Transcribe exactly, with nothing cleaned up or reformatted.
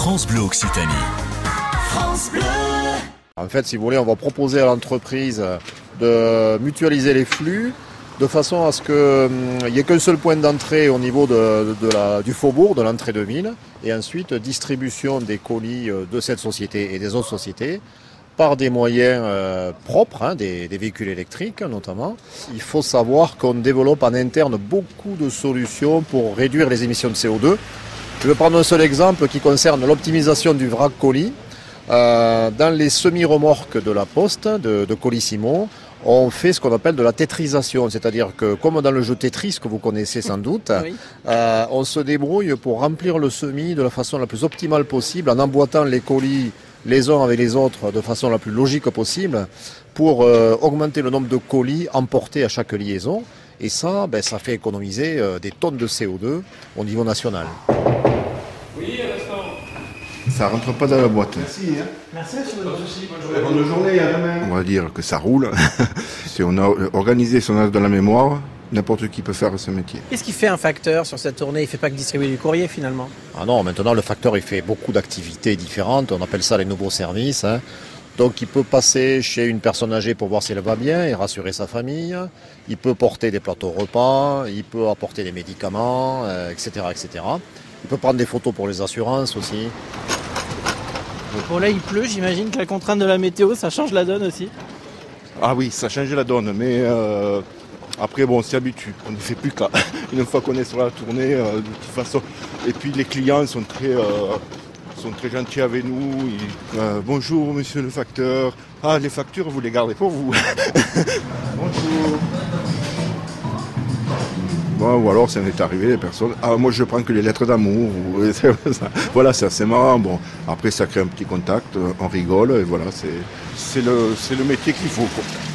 France Bleu Occitanie. France Bleu. En fait, si vous voulez, on va proposer à l'entreprise de mutualiser les flux de façon à ce qu'il n'y ait qu'un seul point d'entrée au niveau de, de la, du faubourg, de l'entrée de ville, et ensuite distribution des colis de cette société et des autres sociétés par des moyens euh, propres, hein, des, des véhicules électriques notamment. Il faut savoir qu'on développe en interne beaucoup de solutions pour réduire les émissions de C O deux. Je vais prendre un seul exemple qui concerne l'optimisation du vrac colis. Euh, dans les semi-remorques de la Poste, de, de Colissimo, on fait ce qu'on appelle de la tétrisation, c'est-à-dire que comme dans le jeu Tetris que vous connaissez sans doute, oui. euh, on se débrouille pour remplir le semi de la façon la plus optimale possible en emboîtant les colis les uns avec les autres de façon la plus logique possible pour euh, augmenter le nombre de colis emportés à chaque liaison. Et ça, ben, ça fait économiser euh, des tonnes de C O deux au niveau national. Oui, restaurant. Ça rentre pas dans la boîte. Merci. Hein. Merci, monsieur. Bonne journée, à demain. On va dire que ça roule. Si on a organisé son âge dans la mémoire, n'importe qui peut faire ce métier. Qu'est-ce qui fait un facteur sur cette tournée? Il ne fait pas que distribuer du courrier finalement? Ah non, maintenant le facteur il fait beaucoup d'activités différentes. On appelle ça les nouveaux services. Hein. Donc il peut passer chez une personne âgée pour voir si elle va bien et rassurer sa famille. Il peut porter des plateaux repas, il peut apporter des médicaments, euh, et cetera, et cetera. Il peut prendre des photos pour les assurances aussi. Bon là il pleut, j'imagine que la contrainte de la météo ça change la donne aussi. Ah oui, ça change la donne, mais euh, après bon on s'y habitue, on ne fait plus qu'à. Une fois qu'on est sur la tournée, euh, de toute façon. Et puis les clients sont très, euh, sont très gentils avec nous. Ils, euh, bonjour monsieur le facteur. Ah les factures vous les gardez pour vous. Bonjour. Bon, ou alors ça m'est arrivé des personnes. Ah moi je prends que les lettres d'amour. Voilà, c'est assez marrant. Bon, après ça crée un petit contact, on rigole et voilà, c'est, c'est, le, c'est le métier qu'il faut, quoi.